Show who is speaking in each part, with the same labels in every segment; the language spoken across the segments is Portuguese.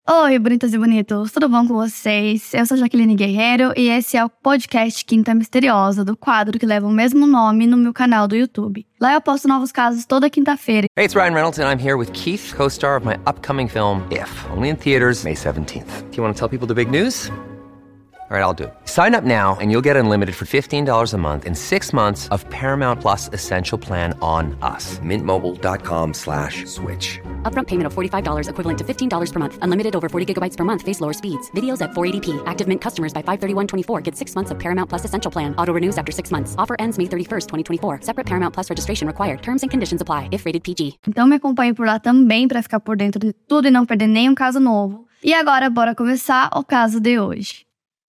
Speaker 1: Oi, bonitas e bonitos, tudo bom com vocês? Eu sou Jaqueline Guerreiro e esse é o podcast Quinta Misteriosa, do quadro que leva o mesmo nome no meu canal do YouTube. Lá eu posto novos casos toda quinta-feira.
Speaker 2: Hey, it's Ryan Reynolds and I'm here with Keith, co-star of my upcoming film, If, only in theaters May 17th. Do you want to tell people the big news? All right, I'll do it. Sign up now and you'll get unlimited for $15 a month and 6 months of Paramount Plus Essential Plan on us. MintMobile.com/switch.
Speaker 3: Upfront payment of $45 equivalent to $15 per month. Unlimited over 40 gigabytes per month. Face lower speeds. Videos at 480p. Active Mint customers by 531.24 get 6 months of Paramount Plus Essential Plan. Auto renews after 6 months. Offer ends May 31st, 2024. Separate Paramount Plus registration required. Terms and conditions apply if rated PG.
Speaker 1: Então me acompanhe por lá também para ficar por dentro de tudo e não perder nenhum caso novo. E agora, bora começar o caso de hoje.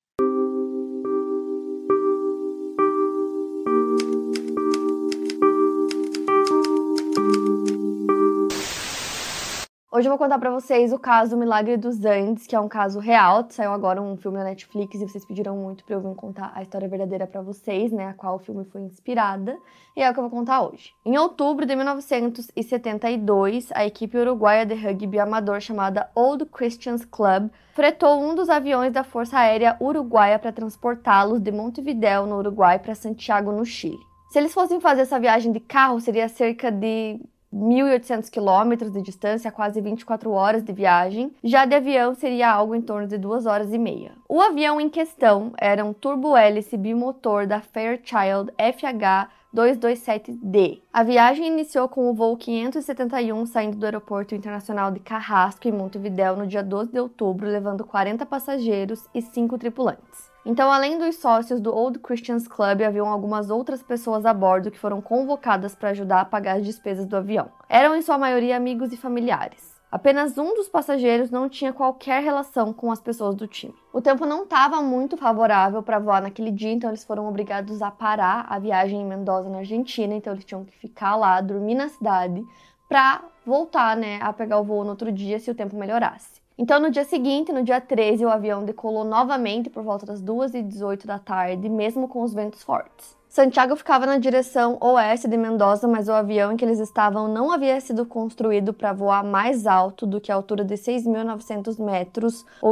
Speaker 1: Hoje eu vou contar pra vocês o caso Milagre dos Andes, que é um caso real. Saiu agora um filme na Netflix e vocês pediram muito pra eu vir contar a história verdadeira pra vocês, né? A qual o filme foi inspirada. E é o que eu vou contar hoje. Em outubro de 1972, a equipe uruguaia de rugby amador chamada Old Christians Club fretou um dos aviões da Força Aérea Uruguaia para transportá-los de Montevidéu, no Uruguai, para Santiago, no Chile. Se eles fossem fazer essa viagem de carro, seria cerca de 1.800 quilômetros de distância, quase 24 horas de viagem. Já de avião seria algo em torno de 2 horas e meia. O avião em questão era um turbo-hélice bimotor da Fairchild FH-227D. A viagem iniciou com o voo 571 saindo do Aeroporto Internacional de Carrasco, em Montevidéu, no dia 12 de outubro, levando 40 passageiros e 5 tripulantes. Então, além dos sócios do Old Christians Club, haviam algumas outras pessoas a bordo que foram convocadas para ajudar a pagar as despesas do avião. Eram, em sua maioria, amigos e familiares. Apenas um dos passageiros não tinha qualquer relação com as pessoas do time. O tempo não estava muito favorável para voar naquele dia, então eles foram obrigados a parar a viagem em Mendoza, na Argentina. Então eles tinham que ficar lá, dormir na cidade, para voltar, a pegar o voo no outro dia se o tempo melhorasse. Então, no dia seguinte, no dia 13, o avião decolou novamente por volta das 2h18 da tarde, mesmo com os ventos fortes. Santiago ficava na direção oeste de Mendoza, mas o avião em que eles estavam não havia sido construído para voar mais alto do que a altura de 6.900 metros ou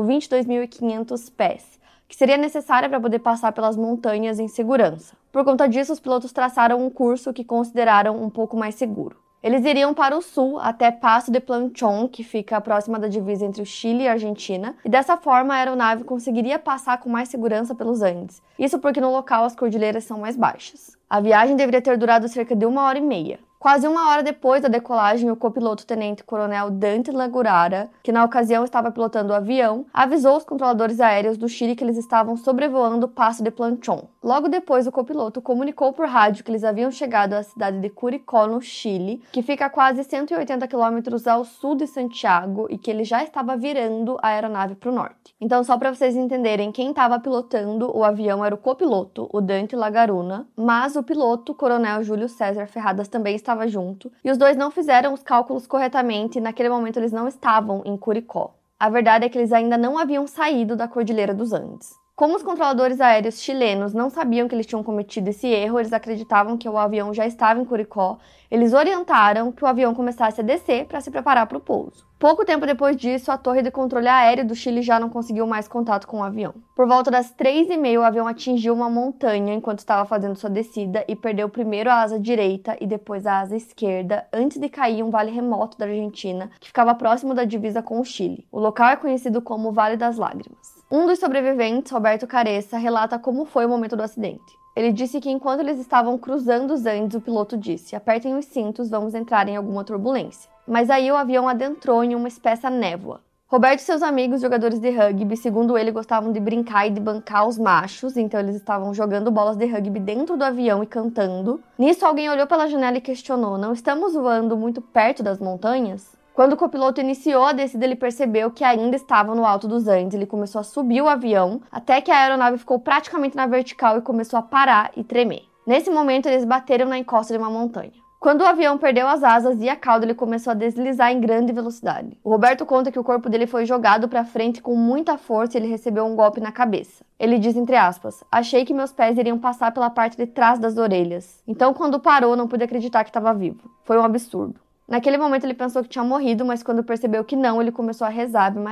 Speaker 1: 22.500 pés, que seria necessária para poder passar pelas montanhas em segurança. Por conta disso, os pilotos traçaram um curso que consideraram um pouco mais seguro. Eles iriam para o sul, até Paso de Planchón, que fica próxima da divisa entre o Chile e a Argentina, e dessa forma a aeronave conseguiria passar com mais segurança pelos Andes. Isso porque no local as cordilheiras são mais baixas. A viagem deveria ter durado cerca de 1h30. Quase 1 hora depois da decolagem, o copiloto tenente-coronel Dante Lagurara, que na ocasião estava pilotando o avião, avisou os controladores aéreos do Chile que eles estavam sobrevoando o Paso de Planchón. Logo depois, o copiloto comunicou por rádio que eles haviam chegado à cidade de Curicó, no Chile, que fica a quase 180 quilômetros ao sul de Santiago, e que ele já estava virando a aeronave para o norte. Então, só para vocês entenderem, quem estava pilotando o avião era o copiloto, o Dante Lagaruna, mas o piloto, o coronel Júlio César Ferradas, também estava junto, e os dois não fizeram os cálculos corretamente, e naquele momento eles não estavam em Curicó. A verdade é que eles ainda não haviam saído da Cordilheira dos Andes. Como os controladores aéreos chilenos não sabiam que eles tinham cometido esse erro, eles acreditavam que o avião já estava em Curicó, eles orientaram que o avião começasse a descer para se preparar para o pouso. Pouco tempo depois disso, a torre de controle aéreo do Chile já não conseguiu mais contato com o avião. Por volta das 3h30, o avião atingiu uma montanha enquanto estava fazendo sua descida e perdeu primeiro a asa direita e depois a asa esquerda, antes de cair em um vale remoto da Argentina, que ficava próximo da divisa com o Chile. O local é conhecido como Vale das Lágrimas. Um dos sobreviventes, Roberto Careça, relata como foi o momento do acidente. Ele disse que enquanto eles estavam cruzando os Andes, o piloto disse: "Apertem os cintos, vamos entrar em alguma turbulência." Mas aí o avião adentrou em uma espessa névoa. Roberto e seus amigos, jogadores de rugby, segundo ele, gostavam de brincar e de bancar os machos, então eles estavam jogando bolas de rugby dentro do avião e cantando. Nisso, alguém olhou pela janela e questionou: "Não estamos voando muito perto das montanhas?" Quando o copiloto iniciou a descida, ele percebeu que ainda estava no alto dos Andes. Ele começou a subir o avião, até que a aeronave ficou praticamente na vertical e começou a parar e tremer. Nesse momento, eles bateram na encosta de uma montanha. Quando o avião perdeu as asas e a cauda, ele começou a deslizar em grande velocidade. O Roberto conta que o corpo dele foi jogado para frente com muita força e ele recebeu um golpe na cabeça. Ele diz, entre aspas, "Achei que meus pés iriam passar pela parte de trás das orelhas. Então, quando parou, não pude acreditar que estava vivo. Foi um absurdo." Naquele momento ele pensou que tinha morrido, mas quando percebeu que não, ele começou a rezar Ave Maria.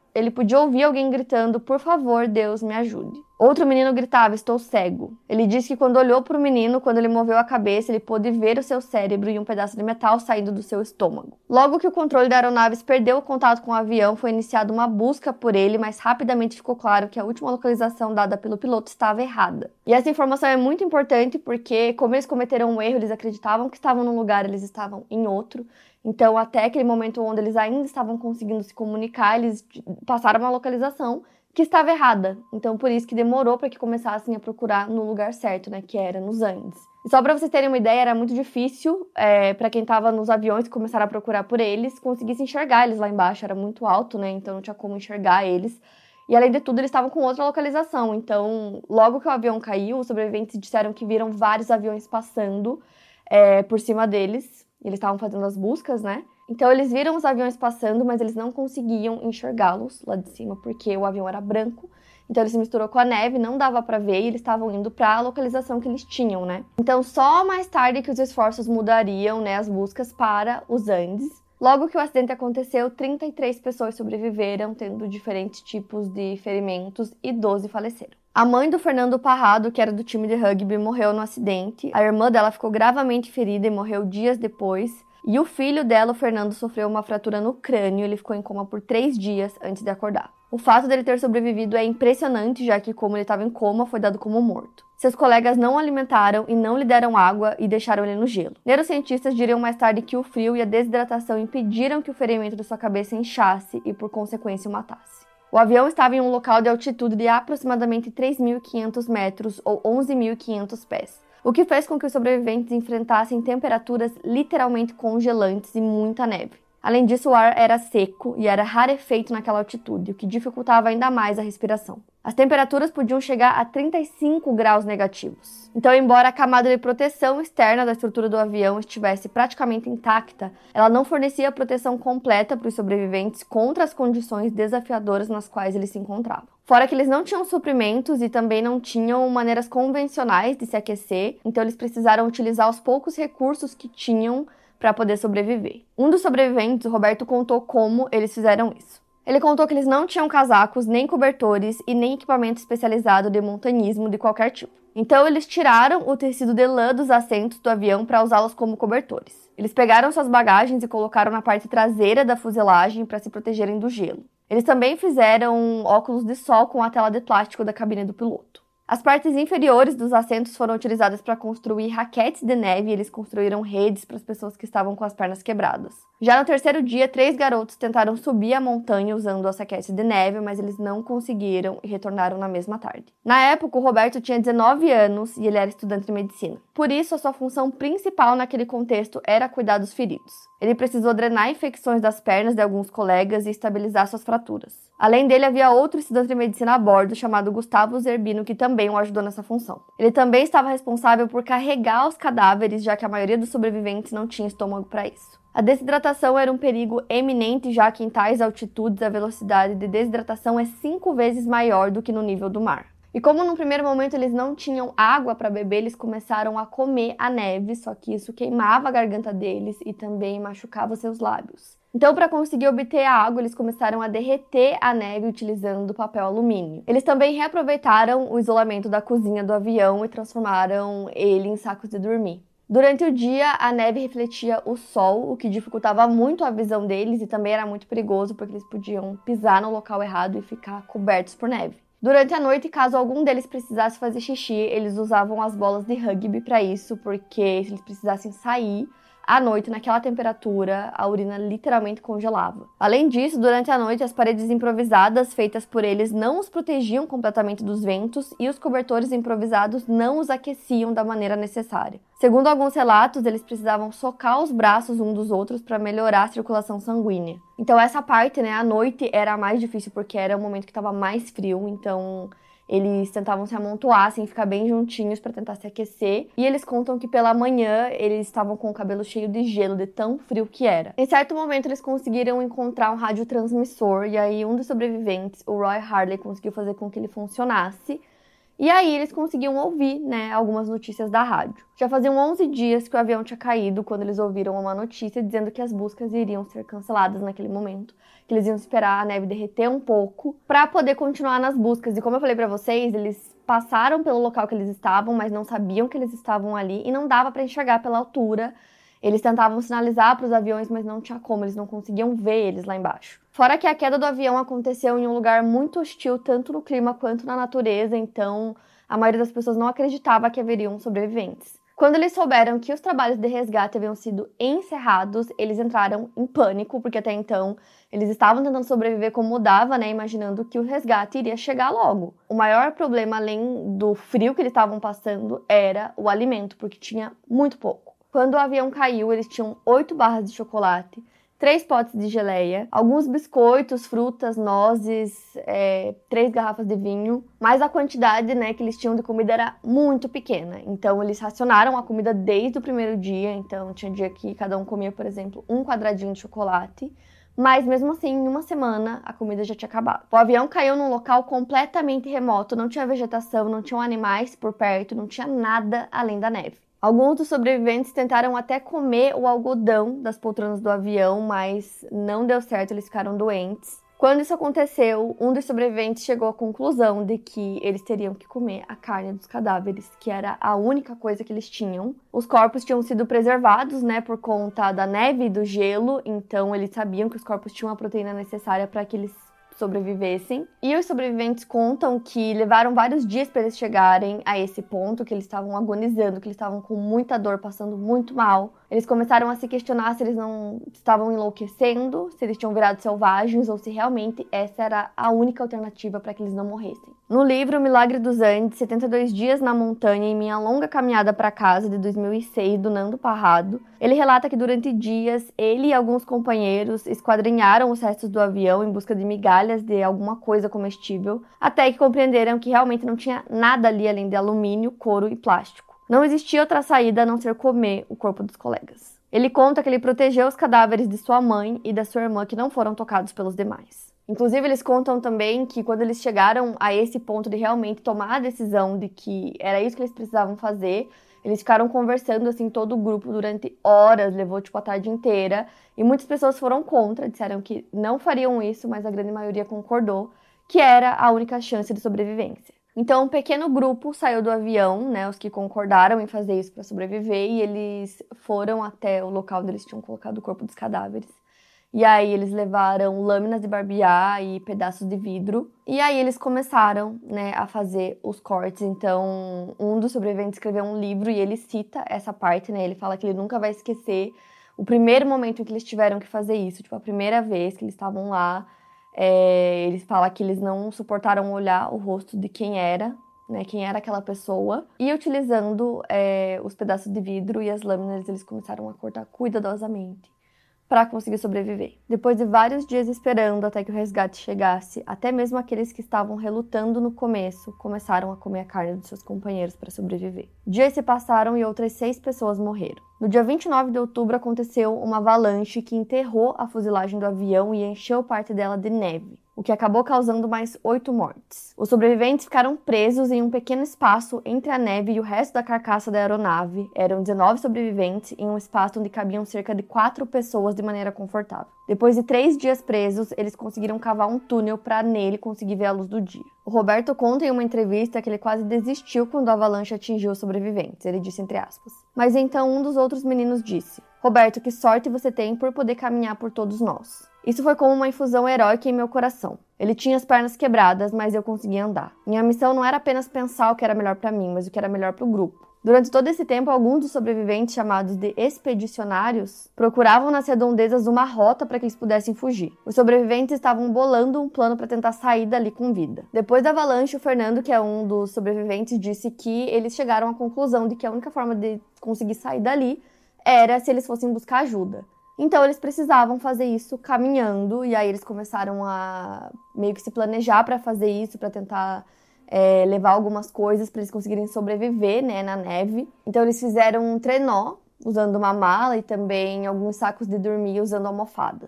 Speaker 1: ele podia ouvir alguém gritando: "Por favor, Deus, me ajude". Outro menino gritava: "Estou cego". Ele disse que quando olhou para o menino, quando ele moveu a cabeça, ele pôde ver o seu cérebro e um pedaço de metal saindo do seu estômago. Logo que o controle da aeronave perdeu o contato com o avião, foi iniciada uma busca por ele, mas rapidamente ficou claro que a última localização dada pelo piloto estava errada. E essa informação é muito importante porque, como eles cometeram um erro, eles acreditavam que estavam num lugar, eles estavam em outro. Então, até aquele momento onde eles ainda estavam conseguindo se comunicar, eles passaram uma localização que estava errada. Então, por isso que demorou para que começassem a procurar no lugar certo, né, que era nos Andes. E só para vocês terem uma ideia, era muito difícil para quem estava nos aviões que começaram a procurar por eles, conseguisse enxergar eles lá embaixo. Era muito alto, né, então não tinha como enxergar eles. E, além de tudo, eles estavam com outra localização. Então, logo que o avião caiu, os sobreviventes disseram que viram vários aviões passando por cima deles. Eles estavam fazendo as buscas, né? Então, eles viram os aviões passando, mas eles não conseguiam enxergá-los lá de cima, porque o avião era branco. Então, ele se misturou com a neve, não dava pra ver, e eles estavam indo para a localização que eles tinham, né? Então, só mais tarde que os esforços mudariam, né, as buscas para os Andes. Logo que o acidente aconteceu, 33 pessoas sobreviveram, tendo diferentes tipos de ferimentos, e 12 faleceram. A mãe do Fernando Parrado, que era do time de rugby, morreu no acidente. A irmã dela ficou gravemente ferida e morreu dias depois. E o filho dela, o Fernando, sofreu uma fratura no crânio. Ele ficou em coma por 3 dias antes de acordar. O fato dele ter sobrevivido é impressionante, já que, como ele estava em coma, foi dado como morto. Seus colegas não o alimentaram e não lhe deram água e deixaram ele no gelo. Neurocientistas diriam mais tarde que o frio e a desidratação impediram que o ferimento de sua cabeça inchasse e, por consequência, o matasse. O avião estava em um local de altitude de aproximadamente 3.500 metros ou 11.500 pés, o que fez com que os sobreviventes enfrentassem temperaturas literalmente congelantes e muita neve. Além disso, o ar era seco e era rarefeito naquela altitude, o que dificultava ainda mais a respiração. As temperaturas podiam chegar a 35 graus negativos. Então, embora a camada de proteção externa da estrutura do avião estivesse praticamente intacta, ela não fornecia proteção completa para os sobreviventes contra as condições desafiadoras nas quais eles se encontravam. Fora que eles não tinham suprimentos e também não tinham maneiras convencionais de se aquecer, então eles precisaram utilizar os poucos recursos que tinham para poder sobreviver. Um dos sobreviventes, o Roberto, contou como eles fizeram isso. Ele contou que eles não tinham casacos, nem cobertores e nem equipamento especializado de montanhismo de qualquer tipo. Então eles tiraram o tecido de lã dos assentos do avião para usá-los como cobertores. Eles pegaram suas bagagens e colocaram na parte traseira da fuselagem para se protegerem do gelo. Eles também fizeram óculos de sol com a tela de plástico da cabine do piloto. As partes inferiores dos assentos foram utilizadas para construir raquetes de neve e eles construíram redes para as pessoas que estavam com as pernas quebradas. Já no terceiro dia, 3 garotos tentaram subir a montanha usando as raquetes de neve, mas eles não conseguiram e retornaram na mesma tarde. Na época, o Roberto tinha 19 anos e ele era estudante de medicina. Por isso, a sua função principal naquele contexto era cuidar dos feridos. Ele precisou drenar infecções das pernas de alguns colegas e estabilizar suas fraturas. Além dele, havia outro estudante de medicina a bordo, chamado Gustavo Zerbino, que também o ajudou nessa função. Ele também estava responsável por carregar os cadáveres, já que a maioria dos sobreviventes não tinha estômago para isso. A desidratação era um perigo eminente, já que em tais altitudes a velocidade de desidratação é 5 vezes maior do que no nível do mar. E como no primeiro momento eles não tinham água para beber, eles começaram a comer a neve, só que isso queimava a garganta deles e também machucava seus lábios. Então, para conseguir obter a água, eles começaram a derreter a neve utilizando papel alumínio. Eles também reaproveitaram o isolamento da cozinha do avião e transformaram ele em sacos de dormir. Durante o dia, a neve refletia o sol, o que dificultava muito a visão deles e também era muito perigoso porque eles podiam pisar no local errado e ficar cobertos por neve. Durante a noite, caso algum deles precisasse fazer xixi, eles usavam as bolas de rugby para isso, porque se eles precisassem sair à noite, naquela temperatura, a urina literalmente congelava. Além disso, durante a noite, as paredes improvisadas feitas por eles não os protegiam completamente dos ventos e os cobertores improvisados não os aqueciam da maneira necessária. Segundo alguns relatos, eles precisavam socar os braços uns dos outros para melhorar a circulação sanguínea. Então essa parte, à noite, era a mais difícil porque era o momento que estava mais frio, então eles tentavam se amontoar, assim, ficar bem juntinhos para tentar se aquecer. E eles contam que pela manhã eles estavam com o cabelo cheio de gelo, de tão frio que era. Em certo momento eles conseguiram encontrar um radiotransmissor e aí um dos sobreviventes, o Roy Harley, conseguiu fazer com que ele funcionasse. E aí eles conseguiam ouvir, né, algumas notícias da rádio. Já faziam 11 dias que o avião tinha caído quando eles ouviram uma notícia dizendo que as buscas iriam ser canceladas naquele momento, que eles iam esperar a neve derreter um pouco para poder continuar nas buscas. E como eu falei para vocês, eles passaram pelo local que eles estavam, mas não sabiam que eles estavam ali e não dava para enxergar pela altura. Eles tentavam sinalizar para os aviões, mas não tinha como, eles não conseguiam ver eles lá embaixo. Fora que a queda do avião aconteceu em um lugar muito hostil, tanto no clima quanto na natureza, então a maioria das pessoas não acreditava que haveriam sobreviventes. Quando eles souberam que os trabalhos de resgate haviam sido encerrados, eles entraram em pânico, porque até então eles estavam tentando sobreviver como dava, né, imaginando que o resgate iria chegar logo. O maior problema, além do frio que eles estavam passando, era o alimento, porque tinha muito pouco. Quando o avião caiu, eles tinham 8 barras de chocolate, 3 potes de geleia, alguns biscoitos, frutas, nozes, 3 garrafas de vinho, mas a quantidade, né, que eles tinham de comida era muito pequena. Então, eles racionaram a comida desde o primeiro dia. Então, tinha dia que cada um comia, por exemplo, um quadradinho de chocolate. Mas, mesmo assim, em uma semana, a comida já tinha acabado. O avião caiu num local completamente remoto, não tinha vegetação, não tinham animais por perto, não tinha nada além da neve. Alguns dos sobreviventes tentaram até comer o algodão das poltronas do avião, mas não deu certo, eles ficaram doentes. Quando isso aconteceu, um dos sobreviventes chegou à conclusão de que eles teriam que comer a carne dos cadáveres, que era a única coisa que eles tinham. Os corpos tinham sido preservados, né, por conta da neve e do gelo, então eles sabiam que os corpos tinham a proteína necessária para que eles sobrevivessem. E os sobreviventes contam que levaram vários dias para eles chegarem a esse ponto, que eles estavam agonizando, que eles estavam com muita dor, passando muito mal. Eles começaram a se questionar se eles não estavam enlouquecendo, se eles tinham virado selvagens ou se realmente essa era a única alternativa para que eles não morressem. No livro O Milagre dos Andes, 72 dias na montanha e minha longa caminhada para casa, de 2006, do Nando Parrado, ele relata que durante dias ele e alguns companheiros esquadrinharam os restos do avião em busca de migalhas de alguma coisa comestível, até que compreenderam que realmente não tinha nada ali além de alumínio, couro e plástico. Não existia outra saída a não ser comer o corpo dos colegas. Ele conta que ele protegeu os cadáveres de sua mãe e da sua irmã, que não foram tocados pelos demais. Inclusive, eles contam também que quando eles chegaram a esse ponto de realmente tomar a decisão de que era isso que eles precisavam fazer, eles ficaram conversando, assim, todo o grupo durante horas, levou, tipo, a tarde inteira. E muitas pessoas foram contra, disseram que não fariam isso, mas a grande maioria concordou que era a única chance de sobrevivência. Então, um pequeno grupo saiu do avião, né, os que concordaram em fazer isso para sobreviver, e eles foram até o local onde eles tinham colocado o corpo dos cadáveres. E aí eles levaram lâminas de barbear e pedaços de vidro. E aí eles começaram, né, a fazer os cortes. Então, um dos sobreviventes escreveu um livro e ele cita essa parte, né? Ele fala que ele nunca vai esquecer o primeiro momento em que eles tiveram que fazer isso. Tipo, a primeira vez que eles estavam lá. Eles falam que eles não suportaram olhar o rosto de quem era, né? Quem era aquela pessoa. E utilizando os pedaços de vidro e as lâminas, eles começaram a cortar cuidadosamente para conseguir sobreviver. Depois de vários dias esperando até que o resgate chegasse, até mesmo aqueles que estavam relutando no começo começaram a comer a carne dos seus companheiros para sobreviver. Dias se passaram e outras 6 pessoas morreram. No dia 29 de outubro aconteceu uma avalanche que enterrou a fuselagem do avião e encheu parte dela de neve, o que acabou causando mais 8 mortes. Os sobreviventes ficaram presos em um pequeno espaço entre a neve e o resto da carcaça da aeronave. Eram 19 sobreviventes em um espaço onde cabiam cerca de 4 pessoas de maneira confortável. Depois de 3 dias presos, eles conseguiram cavar um túnel para nele conseguir ver a luz do dia. O Roberto conta em uma entrevista que ele quase desistiu quando a avalanche atingiu os sobreviventes. Ele disse entre aspas. Mas então um dos outros meninos disse: Roberto, que sorte você tem por poder caminhar por todos nós. Isso foi como uma infusão heróica em meu coração. Ele tinha as pernas quebradas, mas eu conseguia andar. Minha missão não era apenas pensar o que era melhor para mim, mas o que era melhor para o grupo. Durante todo esse tempo, alguns dos sobreviventes, chamados de expedicionários, procuravam nas redondezas uma rota para que eles pudessem fugir. Os sobreviventes estavam bolando um plano para tentar sair dali com vida. Depois da avalanche, o Fernando, que é um dos sobreviventes, disse que eles chegaram à conclusão de que a única forma de conseguir sair dali era se eles fossem buscar ajuda. Então, eles precisavam fazer isso caminhando, e aí eles começaram a meio que se planejar para fazer isso, para tentar levar algumas coisas para eles conseguirem sobreviver, né, na neve. Então, eles fizeram um trenó, usando uma mala, e também alguns sacos de dormir usando almofadas.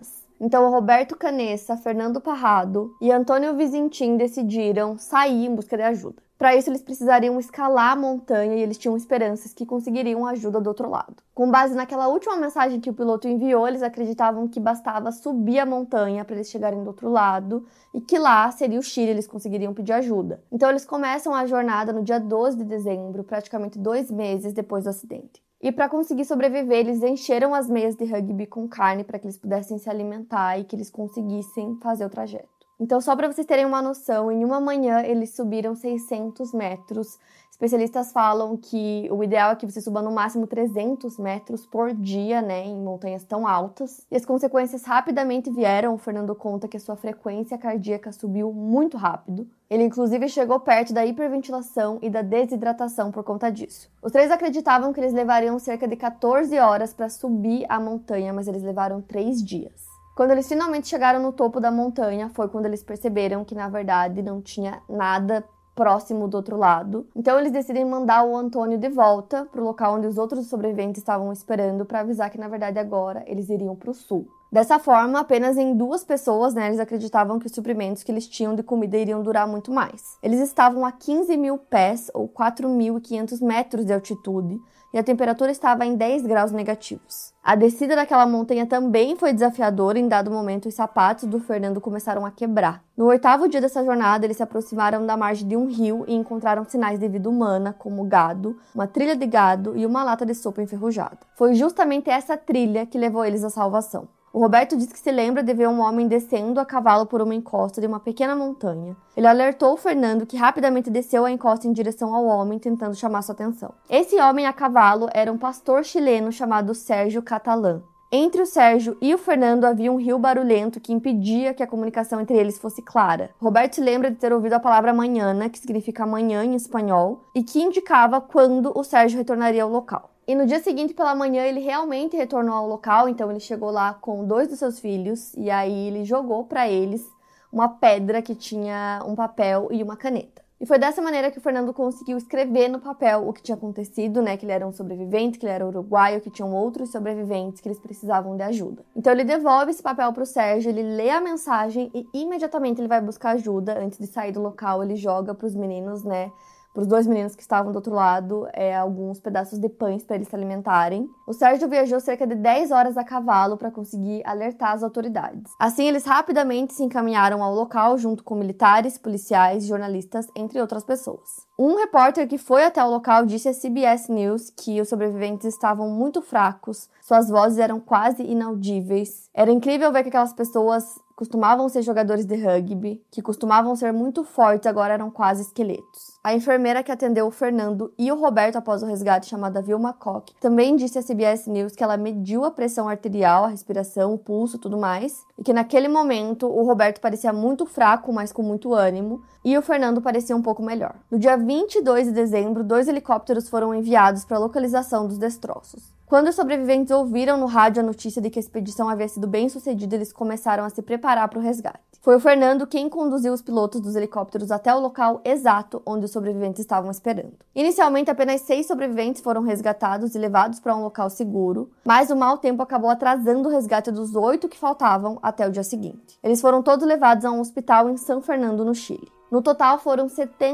Speaker 1: Então, Roberto Canessa, Fernando Parrado e Antônio Vizintim decidiram sair em busca de ajuda. Para isso, eles precisariam escalar a montanha e eles tinham esperanças que conseguiriam ajuda do outro lado. Com base naquela última mensagem que o piloto enviou, eles acreditavam que bastava subir a montanha para eles chegarem do outro lado e que lá seria o Chile, eles conseguiriam pedir ajuda. Então, eles começam a jornada no dia 12 de dezembro, praticamente 2 meses depois do acidente. E para conseguir sobreviver, eles encheram as meias de rugby com carne para que eles pudessem se alimentar e que eles conseguissem fazer o trajeto. Então, só para vocês terem uma noção, em uma manhã eles subiram 600 metros. Especialistas falam que o ideal é que você suba no máximo 300 metros por dia, né, em montanhas tão altas. E as consequências rapidamente vieram. O Fernando conta que a sua frequência cardíaca subiu muito rápido. Ele, inclusive, chegou perto da hiperventilação e da desidratação por conta disso. Os 3 acreditavam que eles levariam cerca de 14 horas para subir a montanha, mas eles levaram 3 dias. Quando eles finalmente chegaram no topo da montanha, foi quando eles perceberam que, na verdade, não tinha nada próximo do outro lado. Então, eles decidem mandar o Antônio de volta para o local onde os outros sobreviventes estavam esperando para avisar que, na verdade, agora eles iriam para o sul. Dessa forma, apenas em 2 pessoas, eles acreditavam que os suprimentos que eles tinham de comida iriam durar muito mais. Eles estavam a 15 mil pés, ou 4.500 metros de altitude, e a temperatura estava em 10 graus negativos. A descida daquela montanha também foi desafiadora. Em dado momento, os sapatos do Fernando começaram a quebrar. No 8º dia dessa jornada, eles se aproximaram da margem de um rio e encontraram sinais de vida humana, como gado, uma trilha de gado e uma lata de sopa enferrujada. Foi justamente essa trilha que levou eles à salvação. O Roberto diz que se lembra de ver um homem descendo a cavalo por uma encosta de uma pequena montanha. Ele alertou o Fernando, que rapidamente desceu a encosta em direção ao homem, tentando chamar sua atenção. Esse homem a cavalo era um pastor chileno chamado Sérgio Catalã. Entre o Sérgio e o Fernando havia um rio barulhento que impedia que a comunicação entre eles fosse clara. Roberto se lembra de ter ouvido a palavra mañana, que significa amanhã em espanhol, e que indicava quando o Sérgio retornaria ao local. E no dia seguinte, pela manhã, ele realmente retornou ao local, então ele chegou lá com 2 dos seus filhos, e aí ele jogou para eles uma pedra que tinha um papel e uma caneta. E foi dessa maneira que o Fernando conseguiu escrever no papel o que tinha acontecido, que ele era um sobrevivente, que ele era uruguaio, que tinham outros sobreviventes que eles precisavam de ajuda. Então ele devolve esse papel pro Sérgio, ele lê a mensagem e imediatamente ele vai buscar ajuda. Antes de sair do local, ele joga pros meninos, para os 2 meninos que estavam do outro lado, alguns pedaços de pães para eles se alimentarem. O Sérgio viajou cerca de 10 horas a cavalo para conseguir alertar as autoridades. Assim, eles rapidamente se encaminharam ao local junto com militares, policiais, jornalistas, entre outras pessoas. Um repórter que foi até o local disse à CBS News que os sobreviventes estavam muito fracos, suas vozes eram quase inaudíveis. Era incrível ver que aquelas pessoas costumavam ser jogadores de rugby, que costumavam ser muito fortes, agora eram quase esqueletos. A enfermeira que atendeu o Fernando e o Roberto após o resgate, chamada Vilma Koch, também disse à CBS News que ela mediu a pressão arterial, a respiração, o pulso e tudo mais, e que naquele momento o Roberto parecia muito fraco, mas com muito ânimo, e o Fernando parecia um pouco melhor. No dia 22 de dezembro, 2 helicópteros foram enviados para a localização dos destroços. Quando os sobreviventes ouviram no rádio a notícia de que a expedição havia sido bem sucedida, eles começaram a se preparar para o resgate. Foi o Fernando quem conduziu os pilotos dos helicópteros até o local exato onde os sobreviventes estavam esperando. Inicialmente, apenas 6 sobreviventes foram resgatados e levados para um local seguro, mas o mau tempo acabou atrasando o resgate dos 8 que faltavam até o dia seguinte. Eles foram todos levados a um hospital em São Fernando, no Chile. No total, foram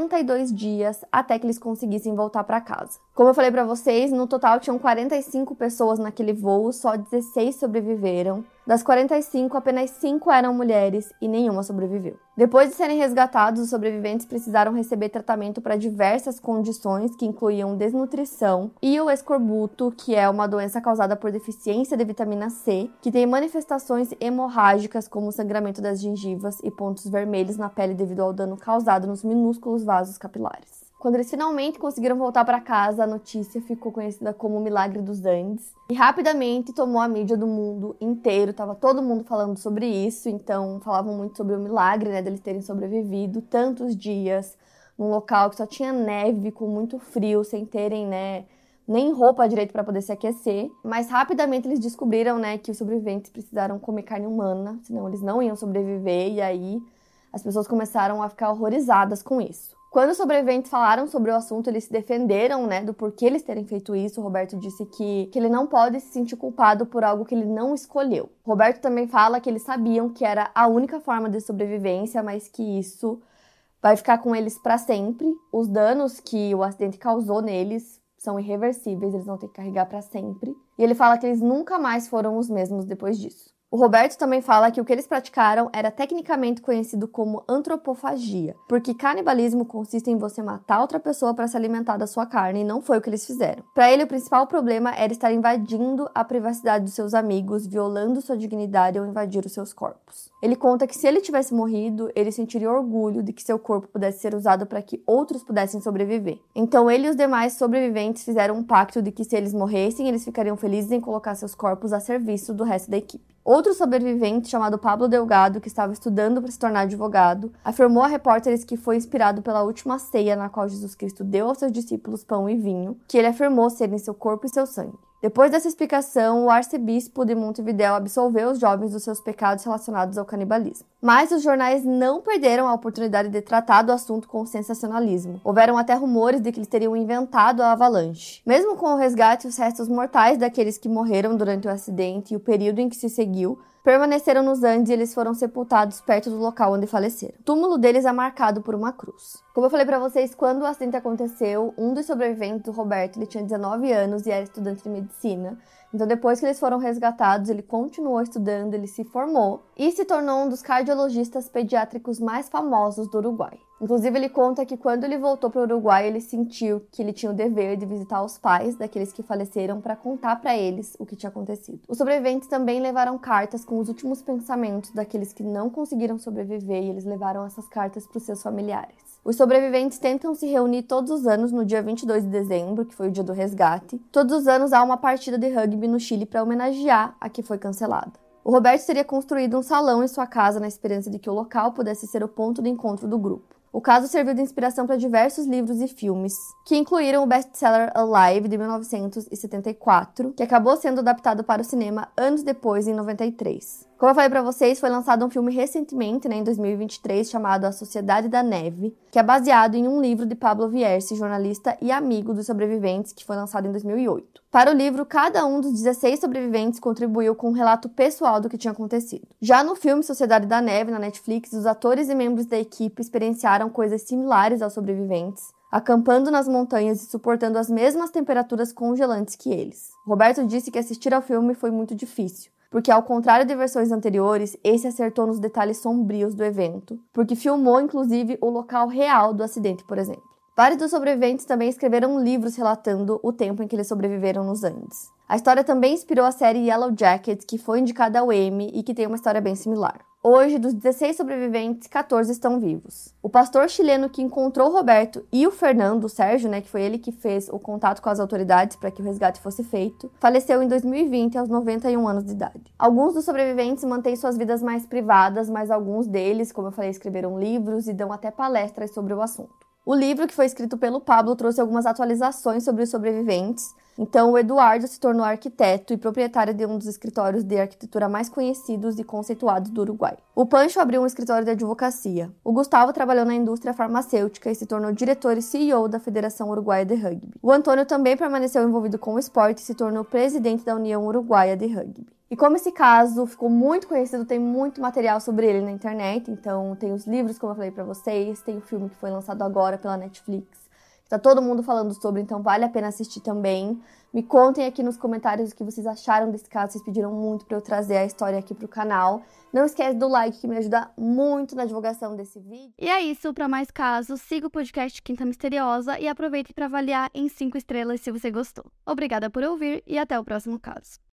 Speaker 1: 72 dias até que eles conseguissem voltar para casa. Como eu falei para vocês, no total tinham 45 pessoas naquele voo, só 16 sobreviveram. Das 45, apenas 5 eram mulheres e nenhuma sobreviveu. Depois de serem resgatados, os sobreviventes precisaram receber tratamento para diversas condições, que incluíam desnutrição e o escorbuto, que é uma doença causada por deficiência de vitamina C, que tem manifestações hemorrágicas como sangramento das gengivas e pontos vermelhos na pele devido ao dano causado nos minúsculos vasos capilares. Quando eles finalmente conseguiram voltar para casa, a notícia ficou conhecida como o Milagre dos Andes e rapidamente tomou a mídia do mundo inteiro. Tava todo mundo falando sobre isso, então falavam muito sobre o milagre, deles terem sobrevivido tantos dias num local que só tinha neve, com muito frio, sem terem, nem roupa direito para poder se aquecer. Mas rapidamente eles descobriram, que os sobreviventes precisaram comer carne humana, senão eles não iam sobreviver, e aí as pessoas começaram a ficar horrorizadas com isso. Quando os sobreviventes falaram sobre o assunto, eles se defenderam, do porquê eles terem feito isso. O Roberto disse que ele não pode se sentir culpado por algo que ele não escolheu. O Roberto também fala que eles sabiam que era a única forma de sobrevivência, mas que isso vai ficar com eles para sempre. Os danos que o acidente causou neles são irreversíveis, eles vão ter que carregar para sempre. E ele fala que eles nunca mais foram os mesmos depois disso. O Roberto também fala que o que eles praticaram era tecnicamente conhecido como antropofagia, porque canibalismo consiste em você matar outra pessoa para se alimentar da sua carne, e não foi o que eles fizeram. Para ele, o principal problema era estar invadindo a privacidade dos seus amigos, violando sua dignidade ao invadir os seus corpos. Ele conta que se ele tivesse morrido, ele sentiria orgulho de que seu corpo pudesse ser usado para que outros pudessem sobreviver. Então ele e os demais sobreviventes fizeram um pacto de que se eles morressem, eles ficariam felizes em colocar seus corpos a serviço do resto da equipe. Outro sobrevivente, chamado Pablo Delgado, que estava estudando para se tornar advogado, afirmou a repórteres que foi inspirado pela última ceia na qual Jesus Cristo deu aos seus discípulos pão e vinho, que ele afirmou serem seu corpo e seu sangue. Depois dessa explicação, o arcebispo de Montevidéu absolveu os jovens dos seus pecados relacionados ao canibalismo. Mas os jornais não perderam a oportunidade de tratar do assunto com sensacionalismo. Houveram até rumores de que eles teriam inventado a avalanche. Mesmo com o resgate, os restos mortais daqueles que morreram durante o acidente e o período em que se seguiu permaneceram nos Andes e eles foram sepultados perto do local onde faleceram. O túmulo deles é marcado por uma cruz. Como eu falei pra vocês, quando o acidente aconteceu, um dos sobreviventes, o Roberto, ele tinha 19 anos e era estudante de medicina. Então, depois que eles foram resgatados, ele continuou estudando, ele se formou e se tornou um dos cardiologistas pediátricos mais famosos do Uruguai. Inclusive, ele conta que quando ele voltou para o Uruguai, ele sentiu que ele tinha o dever de visitar os pais daqueles que faleceram para contar para eles o que tinha acontecido. Os sobreviventes também levaram cartas com os últimos pensamentos daqueles que não conseguiram sobreviver e eles levaram essas cartas para os seus familiares. Os sobreviventes tentam se reunir todos os anos no dia 22 de dezembro, que foi o dia do resgate. Todos os anos há uma partida de rugby no Chile para homenagear a que foi cancelada. O Roberto teria construído um salão em sua casa na esperança de que o local pudesse ser o ponto de encontro do grupo. O caso serviu de inspiração para diversos livros e filmes, que incluíram o best-seller Alive, de 1974, que acabou sendo adaptado para o cinema anos depois, em 93. Como eu falei para vocês, foi lançado um filme recentemente, em 2023, chamado A Sociedade da Neve, que é baseado em um livro de Pablo Vierce, jornalista e amigo dos sobreviventes, que foi lançado em 2008. Para o livro, cada um dos 16 sobreviventes contribuiu com um relato pessoal do que tinha acontecido. Já no filme Sociedade da Neve, na Netflix, os atores e membros da equipe experienciaram coisas similares aos sobreviventes, acampando nas montanhas e suportando as mesmas temperaturas congelantes que eles. Roberto disse que assistir ao filme foi muito difícil, porque ao contrário de versões anteriores, esse acertou nos detalhes sombrios do evento, porque filmou inclusive o local real do acidente, por exemplo. Vários dos sobreviventes também escreveram livros relatando o tempo em que eles sobreviveram nos Andes. A história também inspirou a série Yellow Jackets, que foi indicada ao Emmy e que tem uma história bem similar. Hoje, dos 16 sobreviventes, 14 estão vivos. O pastor chileno que encontrou o Roberto e o Fernando, o Sérgio, que foi ele que fez o contato com as autoridades para que o resgate fosse feito, faleceu em 2020 aos 91 anos de idade. Alguns dos sobreviventes mantêm suas vidas mais privadas, mas alguns deles, como eu falei, escreveram livros e dão até palestras sobre o assunto. O livro, que foi escrito pelo Pablo, trouxe algumas atualizações sobre os sobreviventes. Então, o Eduardo se tornou arquiteto e proprietário de um dos escritórios de arquitetura mais conhecidos e conceituados do Uruguai. O Pancho abriu um escritório de advocacia. O Gustavo trabalhou na indústria farmacêutica e se tornou diretor e CEO da Federação Uruguaia de Rugby. O Antônio também permaneceu envolvido com o esporte e se tornou presidente da União Uruguaia de Rugby. E como esse caso ficou muito conhecido, tem muito material sobre ele na internet. Então, tem os livros, como eu falei pra vocês, tem o filme que foi lançado agora pela Netflix. Tá todo mundo falando sobre, então vale a pena assistir também. Me contem aqui nos comentários o que vocês acharam desse caso. Vocês pediram muito pra eu trazer a história aqui pro canal. Não esquece do like, que me ajuda muito na divulgação desse vídeo.
Speaker 4: E é isso, pra mais casos, siga o podcast Quinta Misteriosa e aproveite pra avaliar em 5 estrelas se você gostou. Obrigada por ouvir e até o próximo caso.